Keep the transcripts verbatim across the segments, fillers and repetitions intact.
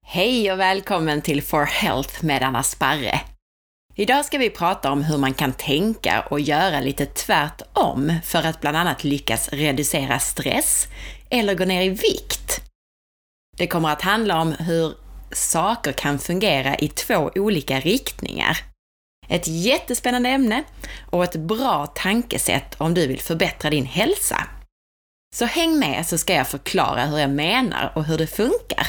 Hej och välkommen till For Health med Anna Sparre. Idag ska vi prata om hur man kan tänka och göra lite tvärtom för att bland annat lyckas reducera stress eller gå ner i vikt. Det kommer att handla om hur saker kan fungera i två olika riktningar. Ett jättespännande ämne och ett bra tankesätt om du vill förbättra din hälsa. Så häng med så ska jag förklara hur jag menar och hur det funkar.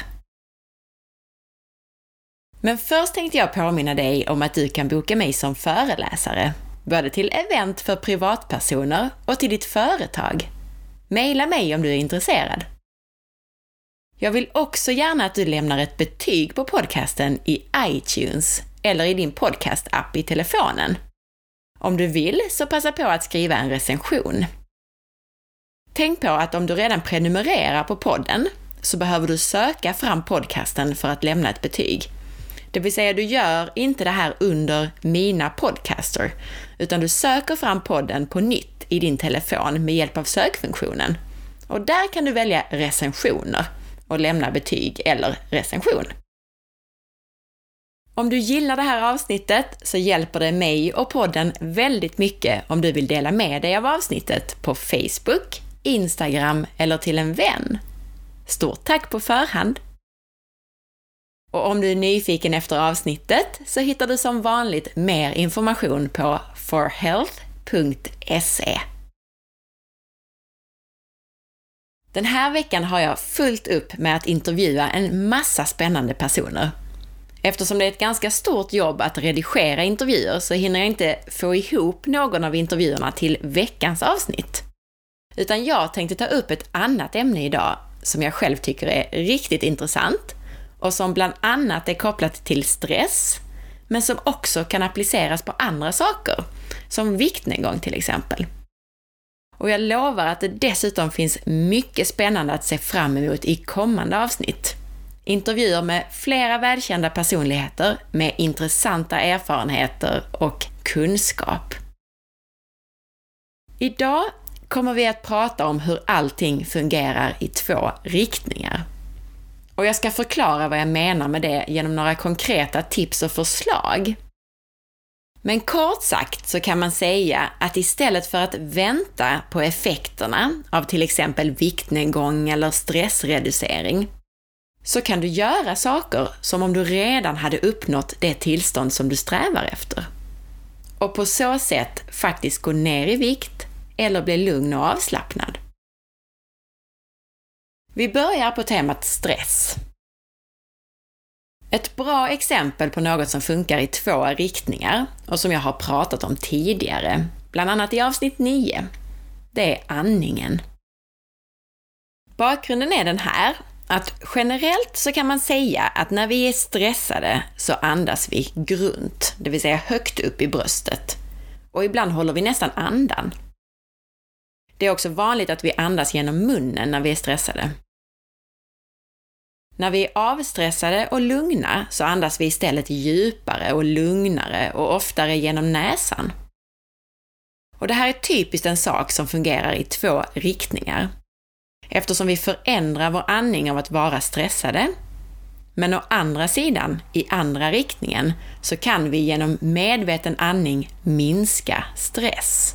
Men först tänkte jag påminna dig om att du kan boka mig som föreläsare, både till event för privatpersoner och till ditt företag. Maila mig om du är intresserad. Jag vill också gärna att du lämnar ett betyg på podcasten i iTunes eller i din podcast-app i telefonen. Om du vill så passa på att skriva en recension. Tänk på att om du redan prenumererar på podden så behöver du söka fram podcasten för att lämna ett betyg. Det vill säga du gör inte det här under mina podcaster, utan du söker fram podden på nytt i din telefon med hjälp av sökfunktionen. Och där kan du välja recensioner och lämna betyg eller recension. Om du gillar det här avsnittet så hjälper det mig och podden väldigt mycket om du vill dela med dig av avsnittet på Facebook, Instagram eller till en vän. Stort tack på förhand! Och om du är nyfiken efter avsnittet så hittar du som vanligt mer information på for health punkt se. Den här veckan har jag fullt upp med att intervjua en massa spännande personer. Eftersom det är ett ganska stort jobb att redigera intervjuer så hinner jag inte få ihop någon av intervjuerna till veckans avsnitt. Utan jag tänkte ta upp ett annat ämne idag som jag själv tycker är riktigt intressant och som bland annat är kopplat till stress, men som också kan appliceras på andra saker, som viktnedgång till exempel. Och jag lovar att det dessutom finns mycket spännande att se fram emot i kommande avsnitt. Intervjuer med flera välkända personligheter med intressanta erfarenheter och kunskap. Idag kommer vi att prata om hur allting fungerar i två riktningar. Och jag ska förklara vad jag menar med det genom några konkreta tips och förslag. Men kort sagt så kan man säga att istället för att vänta på effekterna av till exempel viktnedgång eller stressreducering så kan du göra saker som om du redan hade uppnått det tillstånd som du strävar efter. Och på så sätt faktiskt gå ner i vikt eller bli lugn och avslappnad. Vi börjar på temat stress. Ett bra exempel på något som funkar i två riktningar och som jag har pratat om tidigare, bland annat i avsnitt nio, det är andningen. Bakgrunden är den här, att generellt så kan man säga att när vi är stressade så andas vi grunt, det vill säga högt upp i bröstet. Och ibland håller vi nästan andan. Det är också vanligt att vi andas genom munnen när vi är stressade. När vi är avstressade och lugna så andas vi istället djupare och lugnare och oftare genom näsan. Och det här är typiskt en sak som fungerar i två riktningar. Eftersom vi förändrar vår andning av att vara stressade, men å andra sidan, i andra riktningen, så kan vi genom medveten andning minska stress.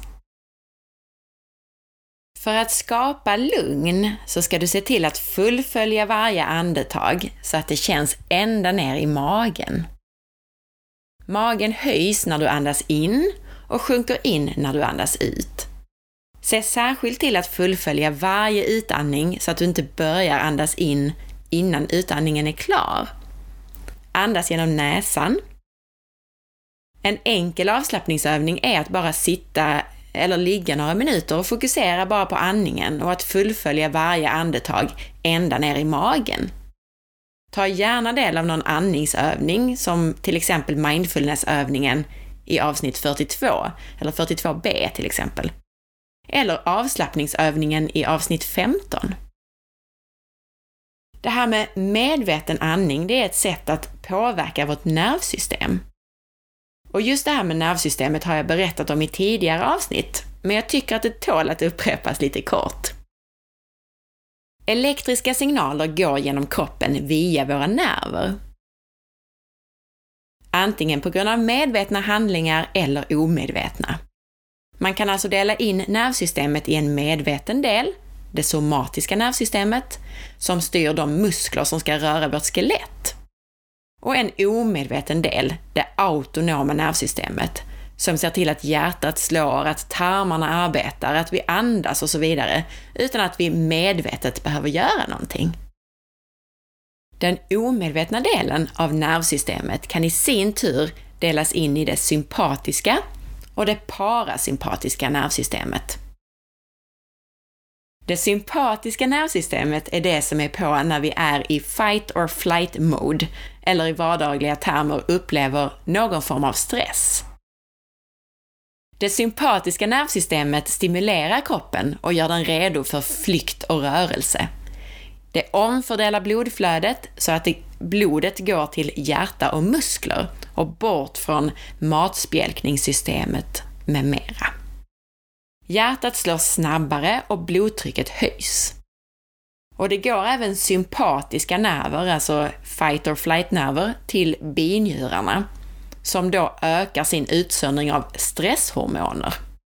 För att skapa lugn så ska du se till att fullfölja varje andetag så att det känns ända ner i magen. Magen höjs när du andas in och sjunker in när du andas ut. Se särskilt till att fullfölja varje utandning så att du inte börjar andas in innan utandningen är klar. Andas genom näsan. En enkel avslappningsövning är att bara sitta eller ligga några minuter och fokusera bara på andningen och att fullfölja varje andetag ända ner i magen. Ta gärna del av någon andningsövning som till exempel mindfulnessövningen i avsnitt fyrtiotvå eller fyrtiotvå b till exempel. Eller avslappningsövningen i avsnitt femton. Det här med medveten andning, det är ett sätt att påverka vårt nervsystem. Och just det här med nervsystemet har jag berättat om i tidigare avsnitt, men jag tycker att det tål att upprepas lite kort. Elektriska signaler går genom kroppen via våra nerver. Antingen på grund av medvetna handlingar eller omedvetna. Man kan alltså dela in nervsystemet i en medveten del, det somatiska nervsystemet, som styr de muskler som ska röra vårt skelett. Och en omedveten del, det autonoma nervsystemet, som ser till att hjärtat slår, att tarmarna arbetar, att vi andas och så vidare, utan att vi medvetet behöver göra någonting. Den omedvetna delen av nervsystemet kan i sin tur delas in i det sympatiska och det parasympatiska nervsystemet. Det sympatiska nervsystemet är det som är på när vi är i fight or flight mode, eller i vardagliga termer upplever någon form av stress. Det sympatiska nervsystemet stimulerar kroppen och gör den redo för flykt och rörelse. Det omfördelar blodflödet så att det, blodet går till hjärta och muskler och bort från matspjälkningssystemet med mera. Hjärtat slår snabbare och blodtrycket höjs. Och det går även sympatiska nerver, alltså fight or flight nerver, till binjurarna, som då ökar sin utsöndring av stresshormoner.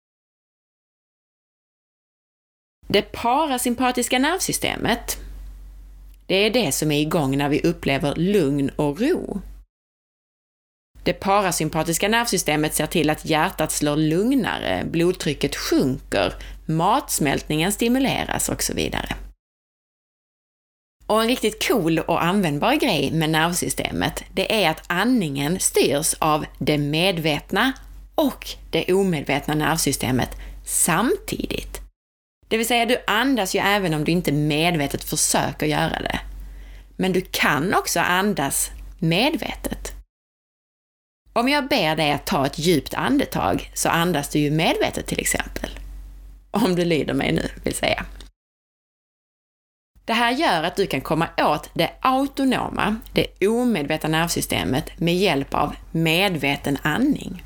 Det parasympatiska nervsystemet, det är det som är igång när vi upplever lugn och ro. Det parasympatiska nervsystemet ser till att hjärtat slår lugnare, blodtrycket sjunker, matsmältningen stimuleras och så vidare. Och en riktigt cool och användbar grej med nervsystemet, det är att andningen styrs av det medvetna och det omedvetna nervsystemet samtidigt. Det vill säga, du andas ju även om du inte medvetet försöker göra det. Men du kan också andas medvetet. Om jag ber dig att ta ett djupt andetag så andas du ju medvetet till exempel. Om du lyder mig nu, vill säga. Det här gör att du kan komma åt det autonoma, det omedvetna nervsystemet med hjälp av medveten andning.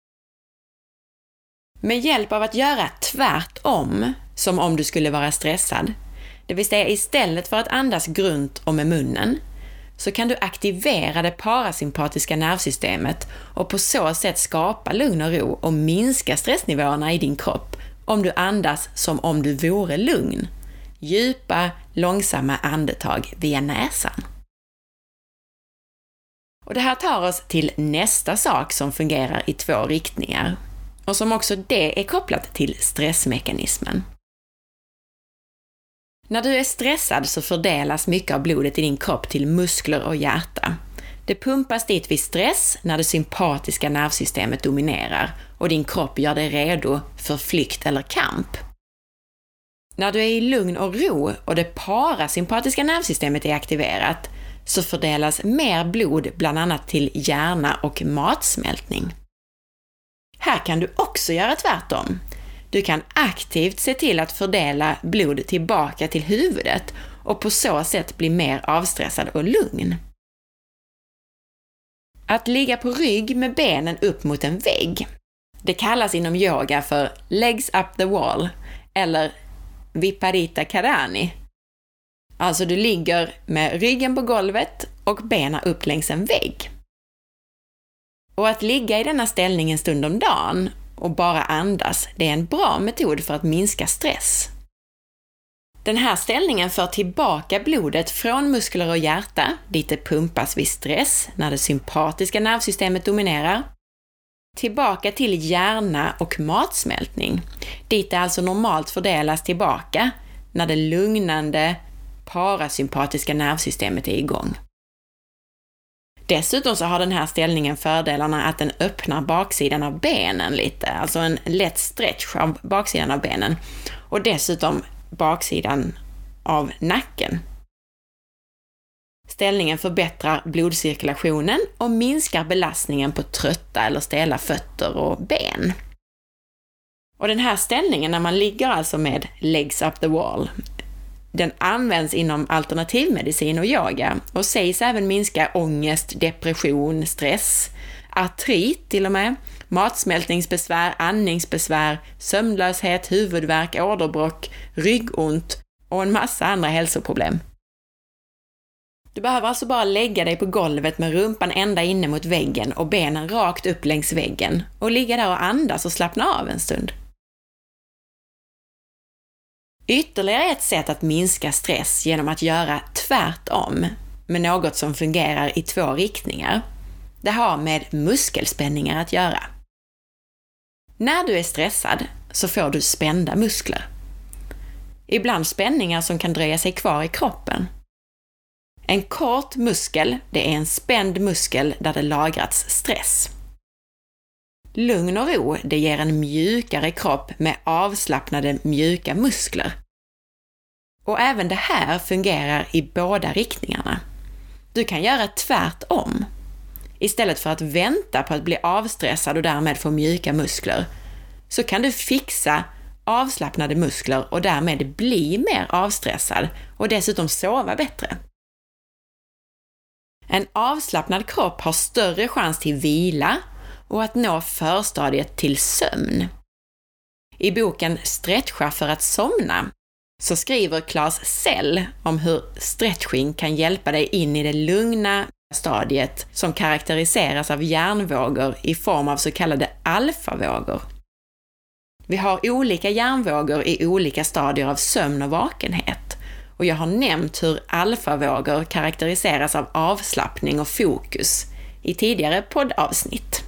Med hjälp av att göra tvärtom, som om du skulle vara stressad, det vill säga istället för att andas grunt och med munnen, så kan du aktivera det parasympatiska nervsystemet och på så sätt skapa lugn och ro och minska stressnivåerna i din kropp om du andas som om du vore lugn. Djupa, långsamma andetag via näsan. Och det här tar oss till nästa sak som fungerar i två riktningar och som också det är kopplat till stressmekanismen. När du är stressad så fördelas mycket av blodet i din kropp till muskler och hjärta. Det pumpas dit vid stress när det sympatiska nervsystemet dominerar och din kropp gör dig redo för flykt eller kamp. När du är i lugn och ro och det parasympatiska nervsystemet är aktiverat så fördelas mer blod bland annat till hjärna och matsmältning. Här kan du också göra tvärtom. Du kan aktivt se till att fördela blod tillbaka till huvudet och på så sätt bli mer avstressad och lugn. Att ligga på rygg med benen upp mot en vägg, det kallas inom yoga för legs up the wall eller Viparita Karani. Alltså du ligger med ryggen på golvet och benen upp längs en vägg. Och att ligga i denna ställning en stund om dagen och bara andas, det är en bra metod för att minska stress. Den här ställningen för tillbaka blodet från muskler och hjärta, dit det pumpas vid stress när det sympatiska nervsystemet dominerar, tillbaka till hjärna och matsmältning, dit det alltså normalt fördelas tillbaka när det lugnande parasympatiska nervsystemet är igång. Dessutom så har den här ställningen fördelarna att den öppnar baksidan av benen lite, alltså en lätt stretch av baksidan av benen och dessutom baksidan av nacken. Ställningen förbättrar blodcirkulationen och minskar belastningen på trötta eller stela fötter och ben. Och den här ställningen när man ligger alltså med legs up the wall, den används inom alternativmedicin och yoga och sägs även minska ångest, depression, stress, artrit till och med, matsmältningsbesvär, andningsbesvär, sömnlöshet, huvudvärk, åderbråck, ryggont och en massa andra hälsoproblem. Du behöver alltså bara lägga dig på golvet med rumpan ända inne mot väggen och benen rakt upp längs väggen och ligga där och andas och slappna av en stund. Ytterligare ett sätt att minska stress genom att göra tvärtom med något som fungerar i två riktningar. Det har med muskelspänningar att göra. När du är stressad så får du spända muskler. Ibland spänningar som kan dröja sig kvar i kroppen. En kort muskel, det är en spänd muskel där det lagrats stress. Lugn och ro, det ger en mjukare kropp med avslappnade mjuka muskler. Och även det här fungerar i båda riktningarna. Du kan göra tvärtom. Istället för att vänta på att bli avstressad och därmed få mjuka muskler, så kan du fixa avslappnade muskler och därmed bli mer avstressad och dessutom sova bättre. En avslappnad kropp har större chans till vila och att nå förstadiet till sömn. I boken Stretcha för att somna så skriver Claes Sell om hur stretching kan hjälpa dig in i det lugna stadiet som karaktäriseras av hjärnvågor i form av så kallade alfavågor. Vi har olika hjärnvågor i olika stadier av sömn och vakenhet, och jag har nämnt hur alfavågor karaktäriseras av avslappning och fokus i tidigare poddavsnitt.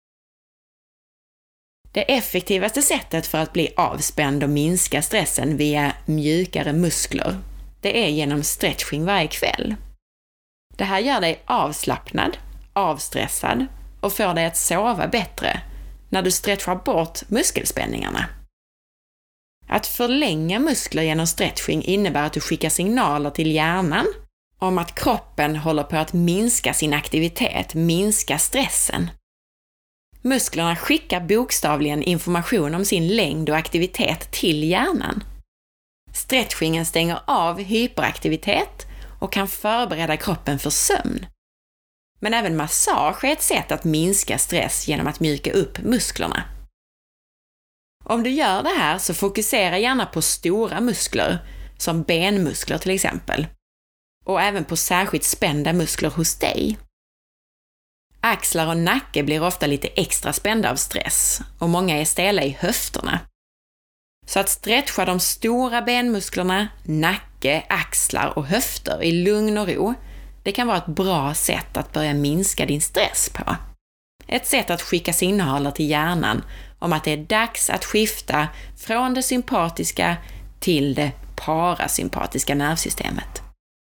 Det effektivaste sättet för att bli avspänd och minska stressen via mjukare muskler, det är genom stretching varje kväll. Det här gör dig avslappnad, avstressad och får dig att sova bättre när du stretchar bort muskelspänningarna. Att förlänga muskler genom stretching innebär att du skickar signaler till hjärnan om att kroppen håller på att minska sin aktivitet, minska stressen. Musklerna skickar bokstavligen information om sin längd och aktivitet till hjärnan. Stretchingen stänger av hyperaktivitet och kan förbereda kroppen för sömn. Men även massage är ett sätt att minska stress genom att mjuka upp musklerna. Om du gör det här så fokusera gärna på stora muskler, som benmuskler till exempel, och även på särskilt spända muskler hos dig. Axlar och nacke blir ofta lite extra spända av stress och många är stela i höfterna. Så att stretcha de stora benmusklerna, nacke, axlar och höfter i lugn och ro, det kan vara ett bra sätt att börja minska din stress på. Ett sätt att skicka signaler till hjärnan om att det är dags att skifta från det sympatiska till det parasympatiska nervsystemet.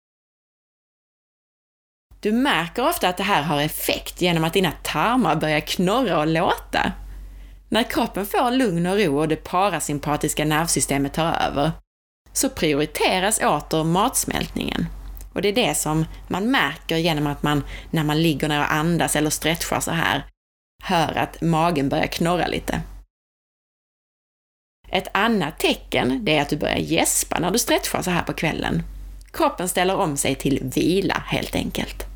Du märker ofta att det här har effekt genom att dina tarmar börjar knorra och låta. När kroppen får lugn och ro och det parasympatiska nervsystemet tar över, så prioriteras åter matsmältningen. Och det är det som man märker genom att man, när man ligger ner och andas eller stretchar så här, hör att magen börjar knorra lite. Ett annat tecken det är att du börjar gäspa när du stretchar så här på kvällen. Kroppen ställer om sig till vila helt enkelt.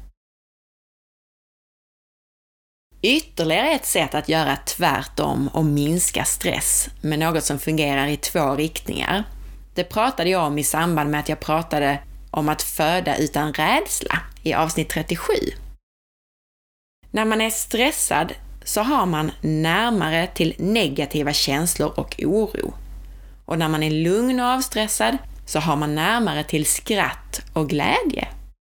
Ytterligare ett sätt att göra tvärtom och minska stress med något som fungerar i två riktningar. Det pratade jag om i samband med att jag pratade om att föda utan rädsla i avsnitt trettiosju. När man är stressad så har man närmare till negativa känslor och oro. Och när man är lugn och avstressad så har man närmare till skratt och glädje.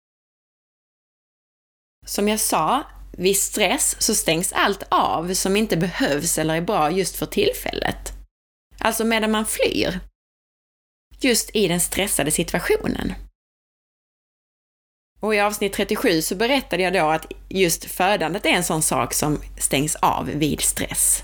Som jag sa, vid stress så stängs allt av som inte behövs eller är bra just för tillfället. Alltså medan man flyr. Just i den stressade situationen. Och i avsnitt trettiosju så berättade jag då att just födandet är en sån sak som stängs av vid stress.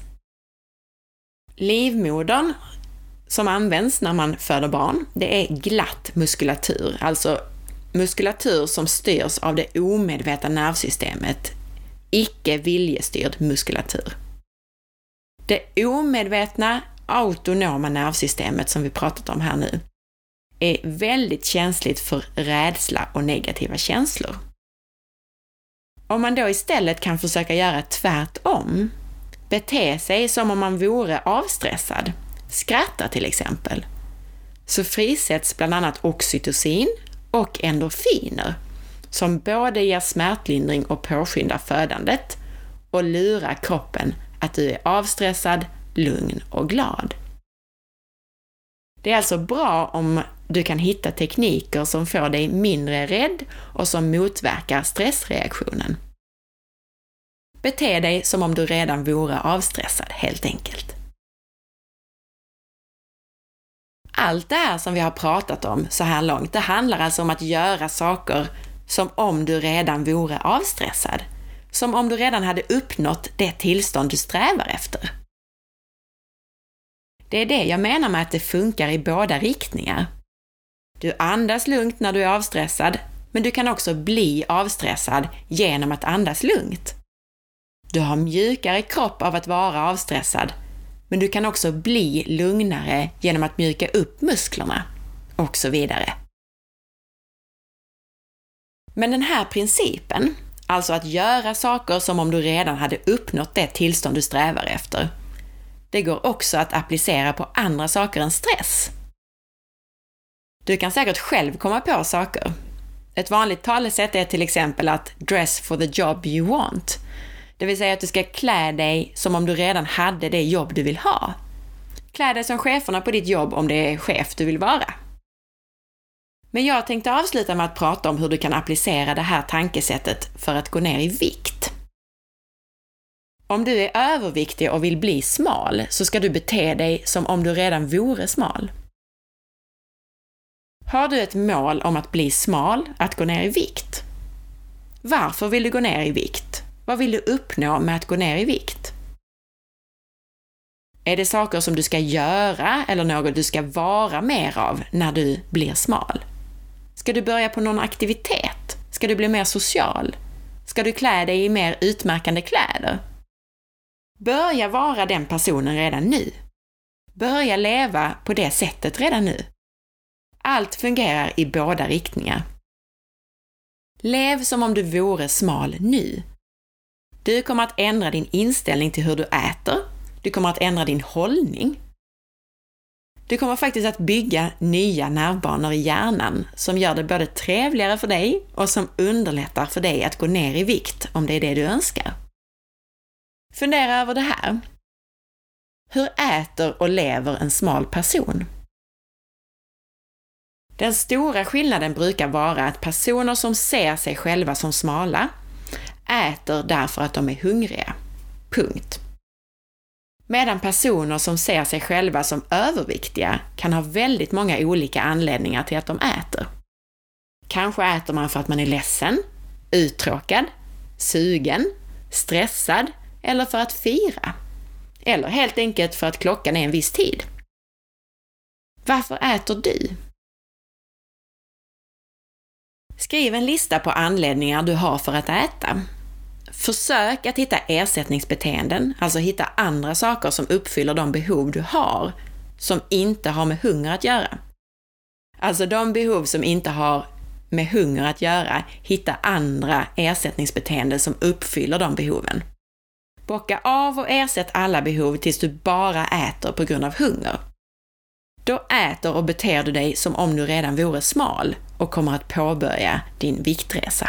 Livmodern som används när man föder barn, det är glatt muskulatur, alltså muskulatur som styrs av det omedvetna nervsystemet, icke viljestyrd muskulatur. Det omedvetna autonoma nervsystemet som vi pratat om här nu är väldigt känsligt för rädsla och negativa känslor. Om man då istället kan försöka göra tvärtom, bete sig som om man vore avstressad, skratta till exempel, så frisätts bland annat oxytocin och endorfiner som både ger smärtlindring och påskyndar födandet och lurar kroppen att du är avstressad, lugn och glad. Det är alltså bra om du kan hitta tekniker som får dig mindre rädd och som motverkar stressreaktionen. Bete dig som om du redan vore avstressad, helt enkelt. Allt det här som vi har pratat om så här långt, det handlar alltså om att göra saker som om du redan vore avstressad. Som om du redan hade uppnått det tillstånd du strävar efter. Det är det jag menar med att det funkar i båda riktningar. Du andas lugnt när du är avstressad, men du kan också bli avstressad genom att andas lugnt. Du har mjukare kropp av att vara avstressad, men du kan också bli lugnare genom att mjuka upp musklerna, och så vidare. Men den här principen, alltså att göra saker som om du redan hade uppnått det tillstånd du strävar efter, det går också att applicera på andra saker än stress. Du kan säkert själv komma på saker. Ett vanligt talesätt är till exempel att dress for the job you want. Det vill säga att du ska klä dig som om du redan hade det jobb du vill ha. Klä dig som cheferna på ditt jobb om det är chef du vill vara. Men jag tänkte avsluta med att prata om hur du kan applicera det här tankesättet för att gå ner i vikt. Om du är överviktig och vill bli smal så ska du bete dig som om du redan vore smal. Har du ett mål om att bli smal, att gå ner i vikt? Varför vill du gå ner i vikt? Vad vill du uppnå med att gå ner i vikt? Är det saker som du ska göra eller något du ska vara mer av när du blir smal? Ska du börja på någon aktivitet? Ska du bli mer social? Ska du klä dig i mer utmärkande kläder? Börja vara den personen redan nu. Börja leva på det sättet redan nu. Allt fungerar i båda riktningar. Lev som om du vore smal nu. Du kommer att ändra din inställning till hur du äter. Du kommer att ändra din hållning. Du kommer faktiskt att bygga nya nervbanor i hjärnan som gör det både trevligare för dig och som underlättar för dig att gå ner i vikt om det är det du önskar. Fundera över det här. Hur äter och lever en smal person? Den stora skillnaden brukar vara att personer som ser sig själva som smala äter därför att de är hungriga. Punkt. Medan personer som ser sig själva som överviktiga kan ha väldigt många olika anledningar till att de äter. Kanske äter man för att man är ledsen, uttråkad, sugen, stressad eller för att fira. Eller helt enkelt för att klockan är en viss tid. Varför äter du? Skriv en lista på anledningar du har för att äta. Försök att hitta ersättningsbeteenden, alltså hitta andra saker som uppfyller de behov du har, som inte har med hunger att göra. Alltså de behov som inte har med hunger att göra, hitta andra ersättningsbeteenden som uppfyller de behoven. Bocka av och ersätt alla behov tills du bara äter på grund av hunger. Då äter och beter du dig som om du redan vore smal och kommer att påbörja din viktresa.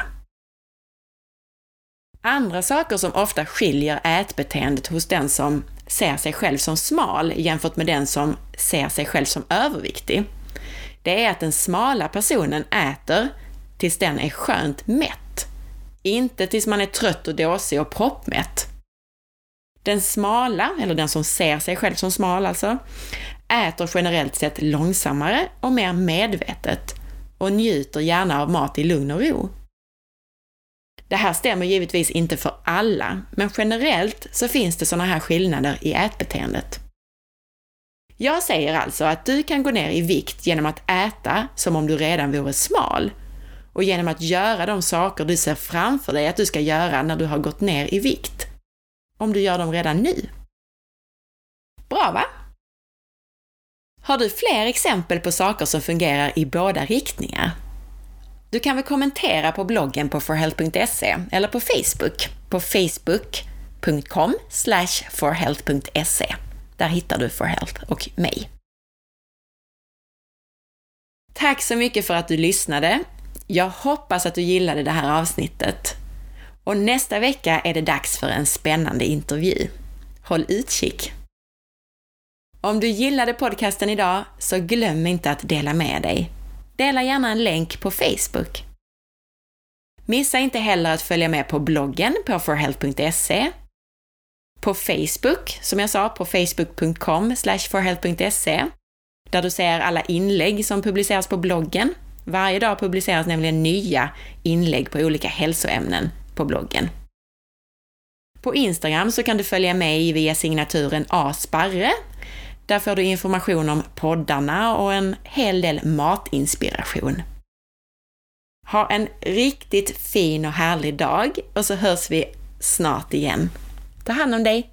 Andra saker som ofta skiljer ätbeteendet hos den som ser sig själv som smal jämfört med den som ser sig själv som överviktig, det är att den smala personen äter tills den är skönt mätt. Inte tills man är trött och dåsig och proppmätt. Den smala, eller den som ser sig själv som smal alltså, äter generellt sett långsammare och mer medvetet och njuter gärna av mat i lugn och ro. Det här stämmer givetvis inte för alla, men generellt så finns det sådana här skillnader i ätbeteendet. Jag säger alltså att du kan gå ner i vikt genom att äta som om du redan vore smal och genom att göra de saker du ser framför dig att du ska göra när du har gått ner i vikt, om du gör dem redan nu. Bra va? Har du fler exempel på saker som fungerar i båda riktningar? Du kan väl kommentera på bloggen på forhealth punkt se eller på Facebook på facebook punkt com slash forhealth punkt se. Där hittar du forhealth och mig. Tack så mycket för att du lyssnade. Jag hoppas att du gillade det här avsnittet. Och nästa vecka är det dags för en spännande intervju. Håll utkik! Om du gillade podcasten idag så glöm inte att dela med dig. Dela gärna en länk på Facebook. Missa inte heller att följa med på bloggen på for health punkt se. På Facebook, som jag sa, på facebook punkt com slash for health punkt se, där du ser alla inlägg som publiceras på bloggen. Varje dag publiceras nämligen nya inlägg på olika hälsoämnen på bloggen. På Instagram så kan du följa mig via signaturen asparre. Där får du information om poddarna och en hel del matinspiration. Ha en riktigt fin och härlig dag och så hörs vi snart igen. Ta hand om dig!